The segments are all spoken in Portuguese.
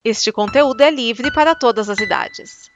Este conteúdo é livre para todas as idades.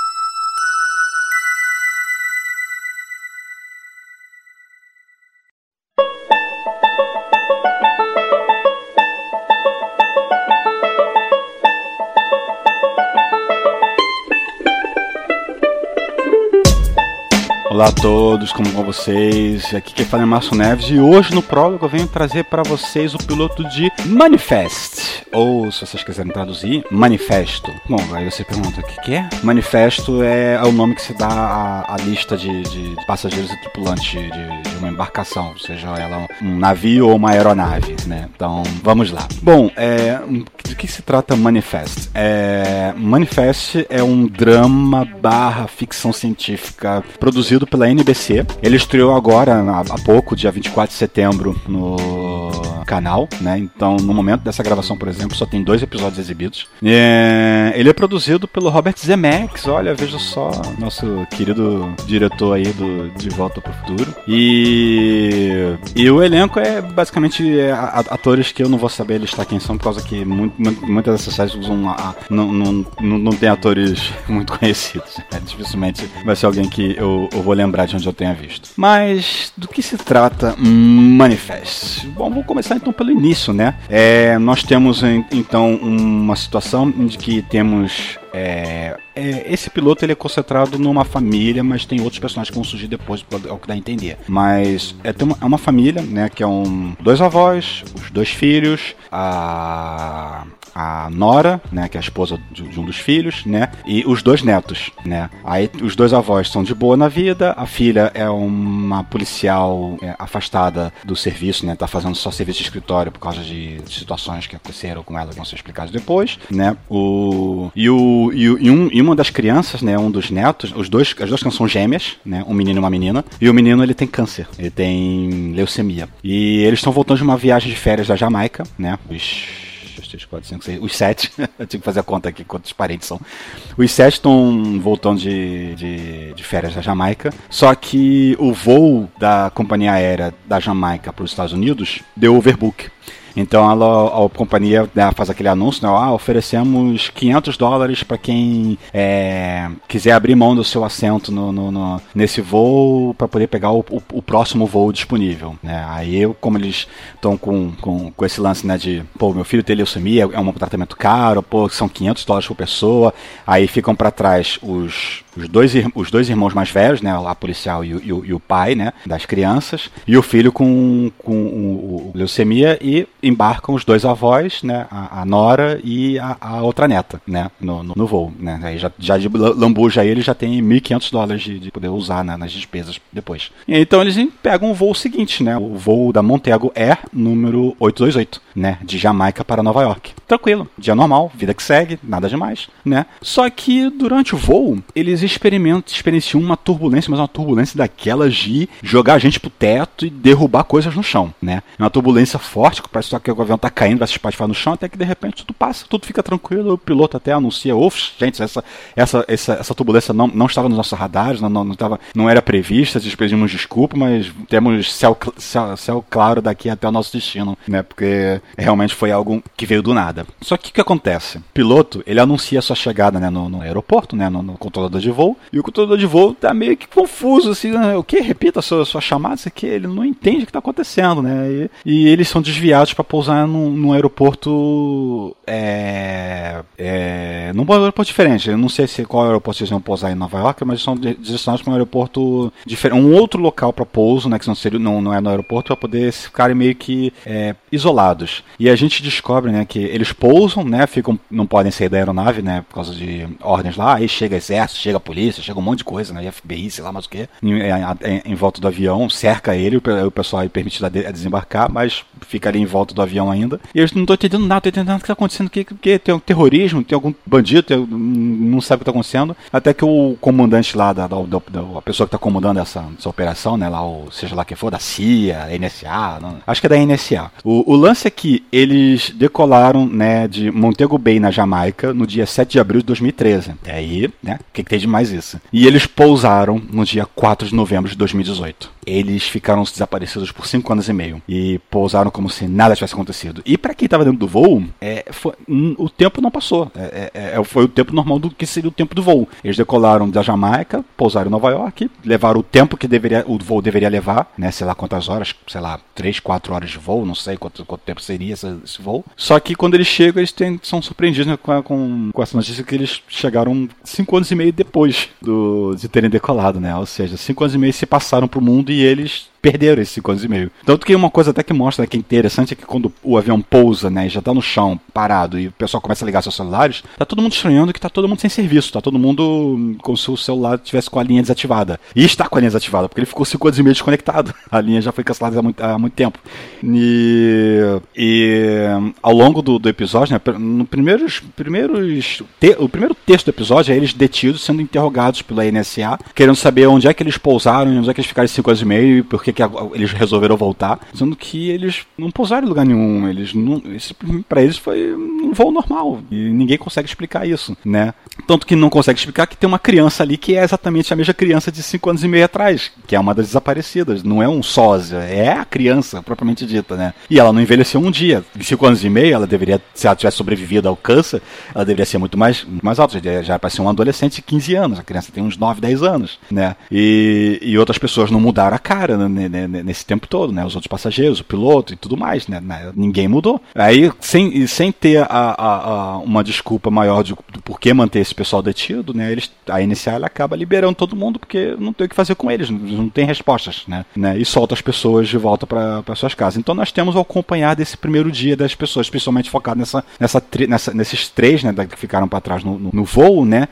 Olá a todos, como vão vocês? Aqui quem fala é Márcio Neves e hoje no prólogo eu venho trazer para vocês o piloto de Manifest, ou se vocês quiserem traduzir, Manifesto. Bom, aí você pergunta, o que é? Manifesto é o nome que se dá à lista de passageiros e tripulantes de uma embarcação, seja ela um navio ou uma aeronave, né? Então, vamos lá. Bom, de que se trata Manifest? Manifest é um drama / ficção científica produzido pela NBC. Ele estreou agora, há pouco, dia 24 de setembro, no canal, né? Então, no momento dessa gravação, por exemplo, só tem 2 episódios exibidos. Ele é produzido pelo Robert Zemeckis, olha, veja só, nosso querido diretor aí De Volta para o Futuro. E o elenco é basicamente atores que eu não vou saber listar quem são, por causa que muitas dessas séries usam não tem atores muito conhecidos. Dificilmente vai ser alguém que eu vou lembrar de onde eu tenha visto. Mas do que se trata Manifest? Bom, vou começar então pelo início, né? Nós temos então uma situação em que temos esse piloto, ele é concentrado numa família, mas tem outros personagens que vão surgir depois, é o que dá a entender. Mas é uma família, né, que é 2 avós, os 2 filhos, a nora, né, que é a esposa de um dos filhos, né, e os 2 netos, né. Aí os 2 avós estão de boa na vida, a filha é uma policial afastada do serviço, né, tá fazendo só serviço de escritório por causa de situações que aconteceram com ela que vão ser explicadas depois, né. E uma das crianças, né, um dos netos, as duas crianças são gêmeas, né, um menino e uma menina, e o menino, ele tem câncer, ele tem leucemia. E eles estão voltando de uma viagem de férias da Jamaica, né, os 7, eu tive que fazer a conta aqui quantos parentes são. Os 7 estão voltando de férias da Jamaica, só que o voo da companhia aérea da Jamaica para os Estados Unidos deu overbook. Então a companhia, né, faz aquele anúncio, né, oferecemos $500 para quem quiser abrir mão do seu assento nesse voo para poder pegar o próximo voo disponível, né? Aí como eles estão com esse lance, né, de meu filho tem leucemia, é um tratamento caro, são $500 por pessoa, aí ficam para trás os dois irmãos mais velhos, né, a policial e o pai, né, das crianças, e o filho com leucemia, e embarcam os 2 avós, né, a nora e a outra neta, né, no voo, né. Aí já de lambuja aí ele já tem $1.500 de poder usar, né, nas despesas depois. E então eles pegam o voo seguinte, né, o voo da Montego Air número 828, né, de Jamaica para Nova York. Tranquilo, dia normal, vida que segue, nada demais, né. Só que durante o voo eles experienciam uma turbulência, mas uma turbulência daquelas de jogar a gente pro teto e derrubar coisas no chão, né. É uma turbulência forte, que parece que o avião tá caindo, vai se espatifar no chão, até que de repente tudo passa, tudo fica tranquilo, o piloto até anuncia, gente, essa turbulência não estava nos nossos radares, não era prevista, pedimos desculpa, mas temos céu claro daqui até o nosso destino, né, porque realmente foi algo que veio do nada. Só que o que acontece? O piloto, ele anuncia a sua chegada, né, no aeroporto, né, no controlador de voo, e o controlador de voo tá meio que confuso, assim, né, o que? Repita a sua chamada, isso aqui, ele não entende o que tá acontecendo, né, e eles são desviados para pousar num aeroporto num aeroporto diferente. Eu não sei qual aeroporto eles vão pousar em Nova York, mas são direcionados para um aeroporto diferente, um outro local para pouso, né, que não é no aeroporto, para poder ficarem meio que isolados. E a gente descobre, né, que eles pousam, né, não podem sair da aeronave, né, por causa de ordens lá, aí chega exército, chega a polícia, chega um monte de coisa, né, FBI, sei lá mais o que, em volta do avião, cerca ele, o pessoal é permitido a desembarcar, mas fica ali em volta do avião ainda. E eles não estão entendendo nada, o que está acontecendo, que tem um terrorismo, tem algum bandido, não sabe o que está acontecendo, até que o comandante lá, a pessoa que está comandando essa operação, né, lá, seja lá quem for, da CIA, NSA, acho que é da NSA, O lance é que eles decolaram, né, de Montego Bay, na Jamaica, no dia 7 de abril de 2013. E aí, né, o que tem de mais isso? E eles pousaram no dia 4 de novembro de 2018. Eles ficaram desaparecidos por 5 anos e meio. E pousaram como se nada tivesse acontecido. E pra quem tava dentro do voo, o tempo não passou. Foi o tempo normal do que seria o tempo do voo. Eles decolaram da Jamaica, pousaram em Nova York, levaram o tempo que o voo deveria levar, né, sei lá quantas horas, sei lá, 3, 4 horas de voo, não sei quanto tempo seria esse voo. Só que quando eles chegam, eles são surpreendidos, né, com essa notícia que eles chegaram 5 anos e meio depois de terem decolado, né? Ou seja, 5 anos e meio se passaram pro mundo e eles perderam esses 5 anos e meio. Tanto que uma coisa até que mostra, né, que é interessante, é que quando o avião pousa, né, e já tá no chão, parado, e o pessoal começa a ligar seus celulares, tá todo mundo estranhando que tá todo mundo sem serviço, tá todo mundo como se o celular tivesse com a linha desativada. E está com a linha desativada, porque ele ficou 5 anos e meio desconectado. A linha já foi cancelada há muito tempo. E ao longo do episódio, né, o primeiro texto do episódio é eles detidos, sendo interrogados pela NSA, querendo saber onde é que eles pousaram, onde é que eles ficaram 5 anos e meio, e por que eles resolveram voltar, dizendo que eles não pousaram em lugar nenhum, pra eles foi um voo normal, e ninguém consegue explicar isso, né? Tanto que não consegue explicar que tem uma criança ali que é exatamente a mesma criança de 5 anos e meio atrás, que é uma das desaparecidas, não é um sósia, é a criança propriamente dita, né? E ela não envelheceu um dia. Em 5 anos e meio, ela deveria, se ela tivesse sobrevivido ao câncer, ela deveria ser muito mais alta, já para ser um adolescente de 15 anos, a criança tem uns 9, 10 anos, né? E outras pessoas não mudaram a cara, né, nesse tempo todo, né? Os outros passageiros, o piloto e tudo mais, né? Ninguém mudou. Aí, sem ter uma desculpa maior do porquê manter esse pessoal detido, né? A NSA acaba liberando todo mundo porque não tem o que fazer com eles, não tem respostas, né? E solta as pessoas de volta para suas casas. Então nós temos o acompanhar desse primeiro dia das pessoas, principalmente focado nesses 3, né, que ficaram para trás no voo, né?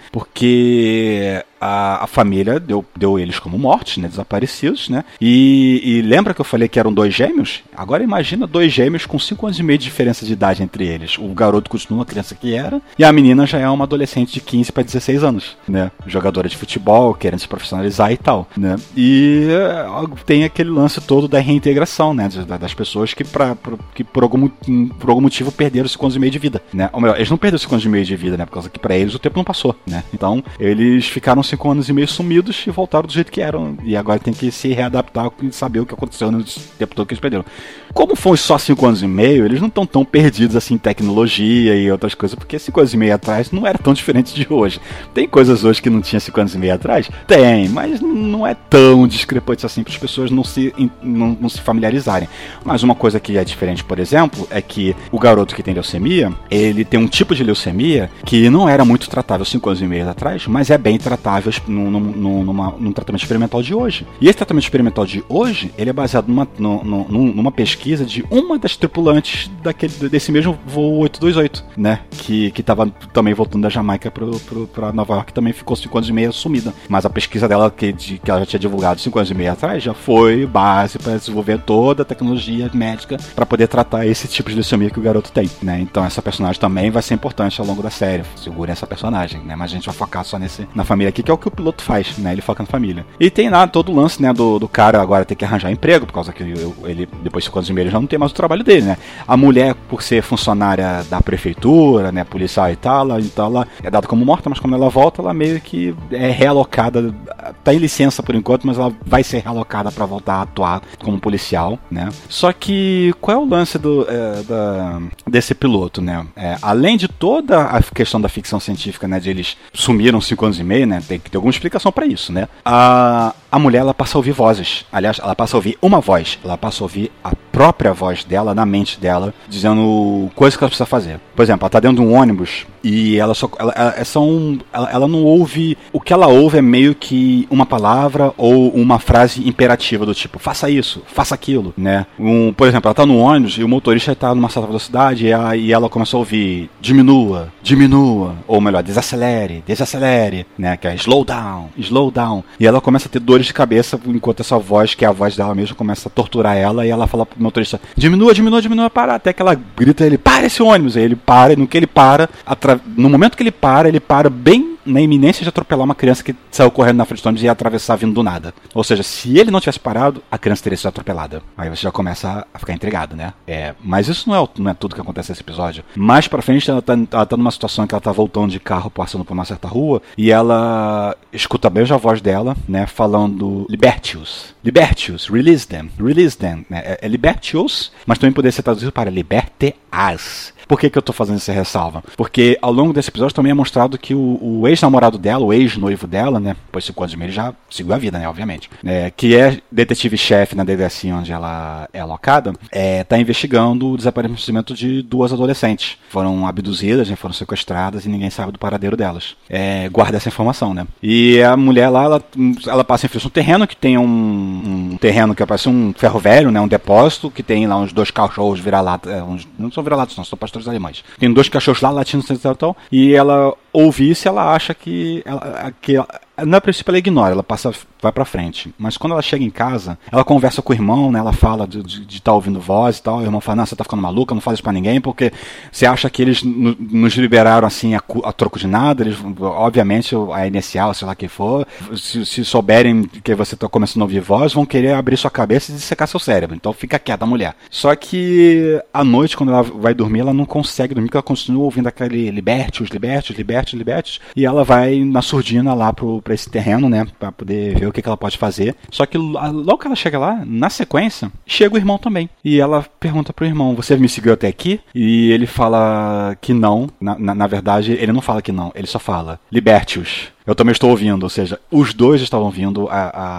Porque a família deu eles como mortos, né, desaparecidos, né? E lembra que eu falei que eram 2 gêmeos? Agora imagina 2 gêmeos com 5 anos e meio de diferença de idade entre eles. O garoto continua a criança que era, e a menina já é uma adolescente de 15 para 16 anos, né? Jogadora de futebol, querendo se profissionalizar e tal, né? E tem aquele lance todo da reintegração, né? Das pessoas que por algum motivo perderam 5 anos e meio de vida, né? Ou melhor, eles não perderam 5 anos e meio de vida, né? Por causa que para eles o tempo não passou, né? Então, eles ficaram 5 anos e meio sumidos e voltaram do jeito que eram. E agora tem que se readaptar e saber o que aconteceu no tempo todo que eles perderam. Como foi só 5 anos e meio, eles não estão tão perdidos assim em tecnologia e outras coisas, porque 5 anos e meio atrás não era tão diferente de hoje. Tem coisas hoje que não tinha 5 anos e meio atrás? Tem, mas não é tão discrepante assim para as pessoas não se familiarizarem. Mas uma coisa que é diferente, por exemplo, é que o garoto que tem leucemia, ele tem um tipo de leucemia que não era muito tratável 5 anos e meio atrás, mas é bem tratável num tratamento experimental de hoje. E esse tratamento experimental de hoje, ele é baseado numa pesquisa de uma das tripulantes desse mesmo voo 828, né? Que estava também voltando da Jamaica para Nova York, também ficou 5 anos e meio sumida. Mas a pesquisa dela, que ela já tinha divulgado 5 anos e meio atrás, já foi base para desenvolver toda a tecnologia médica para poder tratar esse tipo de leucemia que o garoto tem, né? Então essa personagem também vai ser importante ao longo da série. Segurem essa personagem, né? Mas a gente vai focar só na família aqui, que é o que o piloto faz, né? Ele foca na família. E tem lá todo o lance, né, do cara agora ter que arranjar emprego, por causa que ele, depois de 5 anos e meio, já não tem mais o trabalho dele, né? A mulher, por ser funcionária da prefeitura, né, policial e tal, então ela é dada como morta, mas quando ela volta, ela meio que é realocada, tá em licença por enquanto, mas ela vai ser realocada para voltar a atuar como policial, né? Só que, qual é o lance desse piloto, né? Além de toda a questão da ficção científica, né, de eles sumiram 5 anos e meio, né? Tem que ter alguma explicação para isso, né? A mulher, ela passa a ouvir vozes. Aliás, ela passa a ouvir uma voz. Ela passa a ouvir a própria voz dela na mente dela, dizendo coisas que ela precisa fazer. Por exemplo, ela tá dentro de um ônibus e ela não ouve. O que ela ouve é meio que uma palavra ou uma frase imperativa do tipo, faça isso, faça aquilo, né? Por exemplo, ela tá no ônibus e o motorista tá numa certa velocidade e ela começa a ouvir diminua, ou melhor, desacelere, né? Que é slow down. E ela começa a ter dores de cabeça enquanto essa voz, que é a voz dela mesma, começa a torturar ela e ela fala pro motorista, diminua, parar, até que ela grita, ele, para esse ônibus, aí ele para, e no que ele para, no momento que ele para bem na iminência de atropelar uma criança que saiu correndo na frente do ônibus e ia atravessar vindo do nada. Ou seja, se ele não tivesse parado, a criança teria sido atropelada. Aí você já começa a ficar intrigado, né? Mas isso não é tudo que acontece nesse episódio. Mais pra frente, ela tá numa situação em que ela tá voltando de carro, passando por uma certa rua, e ela escuta bem a voz dela, né? Falando Libertius, release them, né? É Libertius, mas também poderia ser traduzido para liberte-as. Por que eu tô fazendo essa ressalva? Porque ao longo desse episódio também é mostrado que o ex-namorado dela, o ex-noivo dela, né? Depois de 5 anos e meio, ele já seguiu a vida, né? Obviamente. Que é detetive-chefe na delegacia onde ela é alocada, tá investigando o desaparecimento de 2 adolescentes. Foram abduzidas, né? Foram sequestradas e ninguém sabe do paradeiro delas. Guarda essa informação, né? E a mulher lá, ela passa em frente a um terreno que tem um terreno que parece um ferro velho, né? Um depósito que tem lá uns 2 cachorros vira-lata. Não são vira-latas, não, são pastores alemães. Tem 2 cachorros lá latindo e ela ouve isso e ela acha que na princípio ela ignora, ela vai pra frente. Mas quando ela chega em casa, ela conversa com o irmão, né? Ela fala de estar ouvindo voz e tal. O irmão fala, não, você tá ficando maluca, não fala isso pra ninguém, porque você acha que eles nos liberaram assim a troco de nada. Eles, obviamente, a inicial, sei lá quem for, se souberem que você tá começando a ouvir voz, vão querer abrir sua cabeça e dissecar seu cérebro. Então fica quieta a mulher. Só que à noite, quando ela vai dormir, ela não consegue dormir, porque ela continua ouvindo aquele Libertius, e ela vai na surdina lá pra esse terreno, né, pra poder ver o que ela pode fazer. Só que logo que ela chega lá, na sequência, chega o irmão também. E ela pergunta pro irmão, você me seguiu até aqui? E ele fala que não. Na verdade, ele não fala que não, ele só fala Libertius. Eu também estou ouvindo, ou seja, os dois estavam ouvindo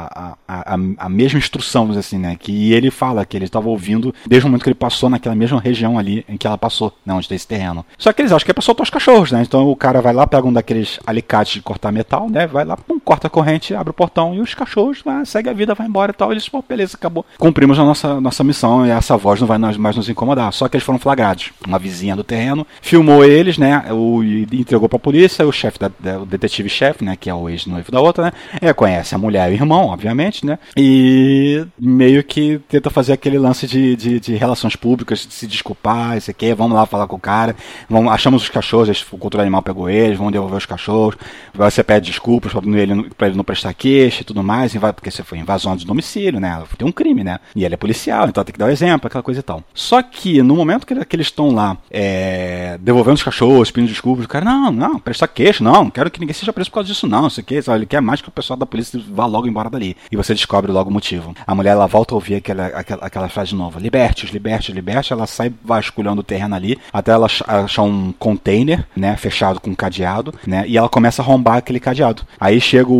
a mesma instrução, assim, né? Que ele fala que ele estava ouvindo desde o momento que ele passou naquela mesma região ali em que ela passou, né? Onde tem esse terreno. Só que eles acham que é pra soltar os cachorros, né? Então o cara vai lá, pega um daqueles alicates de cortar metal, né? Vai lá, pum, corta a corrente, abre o portão e os cachorros seguem a vida, vai embora e tal. Eles, pô, beleza, acabou. Cumprimos a nossa missão e essa voz não vai mais nos incomodar. Só que eles foram flagrados. Uma vizinha do terreno filmou eles, né? E entregou pra polícia, o chefe o detetive-chefe, né, que é o ex-noivo da outra, né, conhece a mulher e o irmão, obviamente, né, e meio que tenta fazer aquele lance de relações públicas, de se desculpar, isso aqui, vamos lá falar com o cara, achamos os cachorros, o controle animal pegou eles, vamos devolver os cachorros, você pede desculpas pra ele não prestar queixa e tudo mais, porque você foi invasão de domicílio, né, tem um crime, né, e ele é policial, então tem que dar o exemplo, aquela coisa e tal. Só que no momento que eles estão lá devolvendo os cachorros, pedindo desculpas, o cara, não, prestar queixa, não quero que ninguém seja preso por causa disso, não sei o que, ele quer mais que o pessoal da polícia vá logo embora dali. E você descobre logo o motivo. A mulher, ela volta a ouvir aquela frase de novo, Libertius, ela sai vasculhando o terreno ali, até ela achar um container, né, fechado com um cadeado, né, e ela começa a arrombar aquele cadeado. Aí chega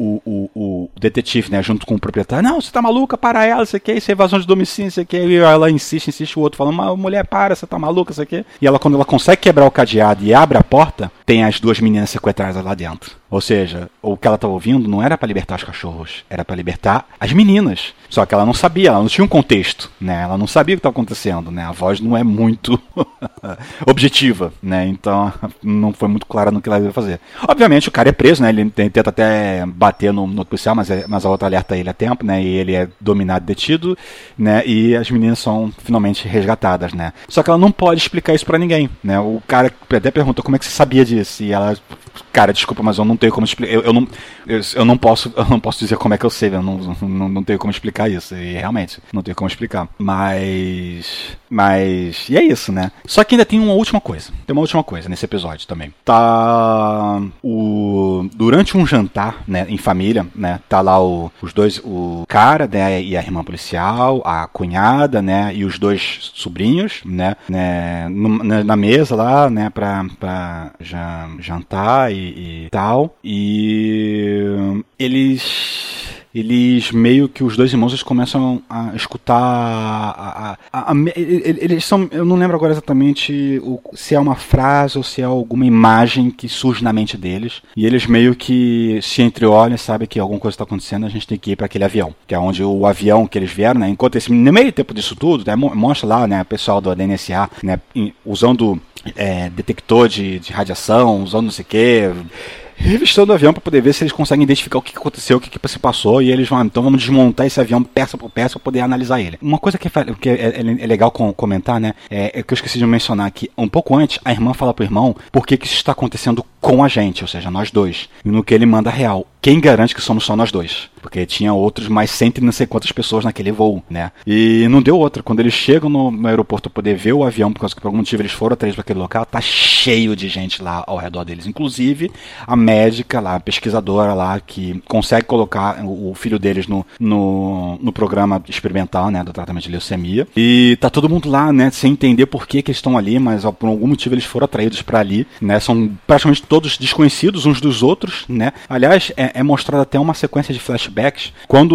o detetive, né, junto com o proprietário, não, você tá maluca, para ela, isso aqui, isso é evasão de domicílio, isso aqui, e ela insiste, o outro falando, mulher, para, você tá maluca, isso aqui. E quando ela consegue quebrar o cadeado e abre a porta, tem as 2 meninas sequestradas lá dentro. Ou seja, o que ela estava ouvindo não era para libertar os cachorros, era para libertar as meninas. Só que ela não sabia, ela não tinha um contexto, né? Ela não sabia o que estava acontecendo, né? A voz não é muito objetiva, né? Então não foi muito clara no que ela ia fazer. Obviamente o cara é preso, né? Ele tenta até bater no policial, mas a outra alerta ele a tempo, né? E ele é dominado, detido, né? E as meninas são finalmente resgatadas, né? Só que ela não pode explicar isso para ninguém, né? O cara até pergunta como é que você sabia disso, e ela, cara, desculpa, mas eu não tenho como explicar. Eu não posso dizer como é que eu sei, eu não tenho como explicar isso. E realmente, não tenho como explicar. Mas. E é isso, né? Só que ainda tem uma última coisa. Tem uma última coisa nesse episódio também. Durante um jantar, né, em família, né? Tá lá os dois, o cara, né, e a irmã policial, a cunhada, né? E os 2 sobrinhos, né? Na mesa lá, né? Pra jantar e tal. E eles meio que os 2 irmãos eles começam a escutar eles são, eu não lembro agora exatamente se é uma frase ou se é alguma imagem que surge na mente deles, e eles meio que se entreolham e sabem que alguma coisa está acontecendo, a gente tem que ir para aquele avião, que é onde o avião que eles vieram, né, enquanto no meio tempo disso tudo, né, mostra lá, né, o pessoal da NSA, né, usando detector de radiação, usando não sei o que, revistando o avião para poder ver se eles conseguem identificar o que aconteceu, o que se passou, e eles vão, então vamos desmontar esse avião peça por peça para poder analisar ele. Uma coisa que é legal comentar, né, é que eu esqueci de mencionar que um pouco antes, a irmã fala pro irmão por que isso está acontecendo com a gente, ou seja, nós dois, e no que ele manda real. Quem garante que somos só nós dois? Porque tinha outros mais cento e não sei quantas pessoas naquele voo, né? E não deu outra. Quando eles chegam no aeroporto para poder ver o avião, por causa que por algum motivo eles foram atrás para aquele local, tá cheio de gente lá ao redor deles. Inclusive a médica lá, a pesquisadora lá, que consegue colocar o filho deles no programa experimental, né, do tratamento de leucemia. E tá todo mundo lá, né, sem entender por que eles estão ali, mas ó, por algum motivo eles foram atraídos para ali, né? São praticamente todos desconhecidos uns dos outros, né? Aliás, é mostrada até uma sequência de flashbacks quando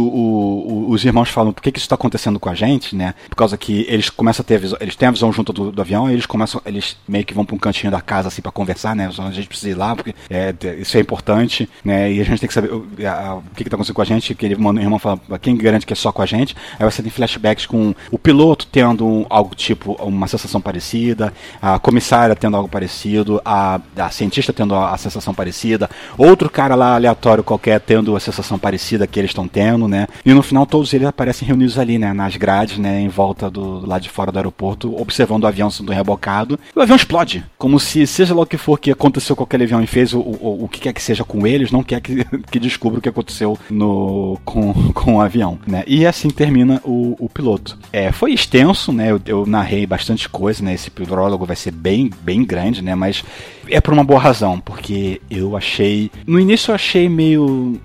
os irmãos falam por que isso está acontecendo com a gente, né? Por causa que eles começam a ter eles têm a visão junto do avião e eles meio que vão para um cantinho da casa assim para conversar, né? A gente precisa ir lá porque isso é importante, né? E a gente tem que saber o que está acontecendo com a gente, que o irmão fala, quem garante que é só com a gente? Aí você tem flashbacks com o piloto tendo algo tipo uma sensação parecida, a comissária tendo algo parecido, a cientista tendo a sensação parecida, outro cara lá aleatório qualquer tendo a sensação parecida que eles estão tendo, né? E no final todos eles aparecem reunidos ali, né? Nas grades, né? Em volta do lado de fora do aeroporto, observando o avião sendo rebocado. E o avião explode, como se seja lá o que for que aconteceu com aquele avião e fez o que quer que seja com eles, não quer que descubra o que aconteceu com o avião, né? E assim termina o piloto. Foi extenso, né? Eu narrei bastante coisa, né? Esse prólogo vai ser bem grande, né? Mas é por uma boa razão, porque eu achei... No início eu achei meio...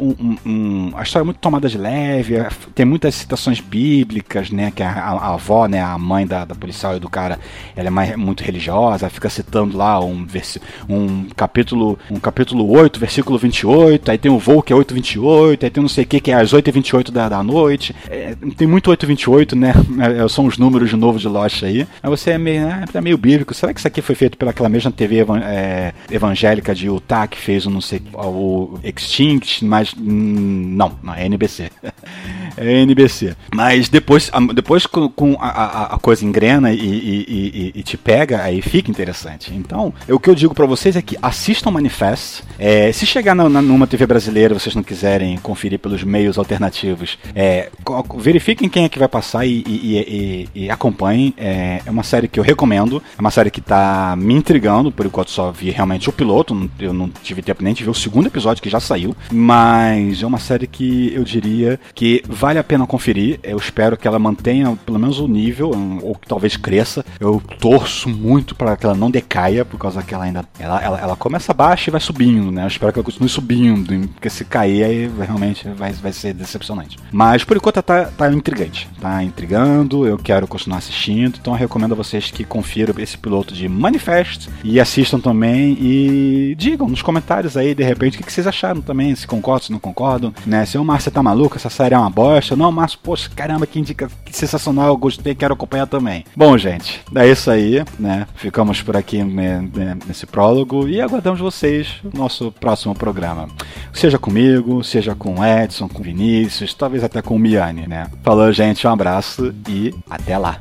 a história muito tomada de leve, tem muitas citações bíblicas, né? Que a avó, né? A mãe da policial e do cara, ela é muito religiosa, fica citando lá um capítulo 8, versículo 28, aí tem o voo que é 8:28, aí tem não sei o que é às 8:28 da noite. Tem muito 8:28, né? São os números de novo de Lost aí. Aí você é meio bíblico. Será que isso aqui foi feito pelaquela mesma TV evangélica de Utah que fez o Extinct, mas não, é NBC. É NBC. Mas depois com a coisa engrena e te pega, aí fica interessante. Então, o que eu digo pra vocês é que assistam Manifest. Se chegar numa TV brasileira, vocês não quiserem conferir pelos meios alternativos, verifiquem quem é que vai passar e acompanhem. É uma série que eu recomendo. É uma série que tá me intrigando, por enquanto só vi realmente o piloto, eu não tive tempo nem de ver o segundo episódio que já saiu, mas é uma série que eu diria que vale a pena conferir. Eu espero que ela mantenha pelo menos o nível, ou que talvez cresça. Eu torço muito para que ela não decaia, por causa que ela começa baixa e vai subindo, né? Eu espero que ela continue subindo, porque se cair aí realmente vai ser decepcionante. Mas por enquanto tá intrigante, tá intrigando, eu quero continuar assistindo, então eu recomendo a vocês que confiram esse piloto de Manifest e assistam também e digam nos comentários aí, de repente, o que vocês acharam também, se concordam, se não concordam, né? Se o Márcio tá maluco, essa série é uma bosta. Não, Márcio, poxa, caramba, que indica, que sensacional, eu gostei, quero acompanhar também. Bom, gente, é isso aí, né? Ficamos por aqui nesse prólogo e aguardamos vocês no nosso próximo programa. Seja comigo, seja com o Edson, com o Vinícius, talvez até com o Miane, né? Falou, gente, um abraço e até lá.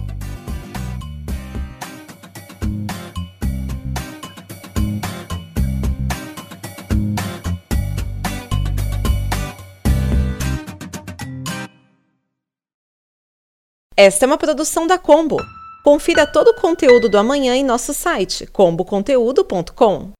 Esta é uma produção da Combo. Confira todo o conteúdo do amanhã em nosso site comboconteúdo.com.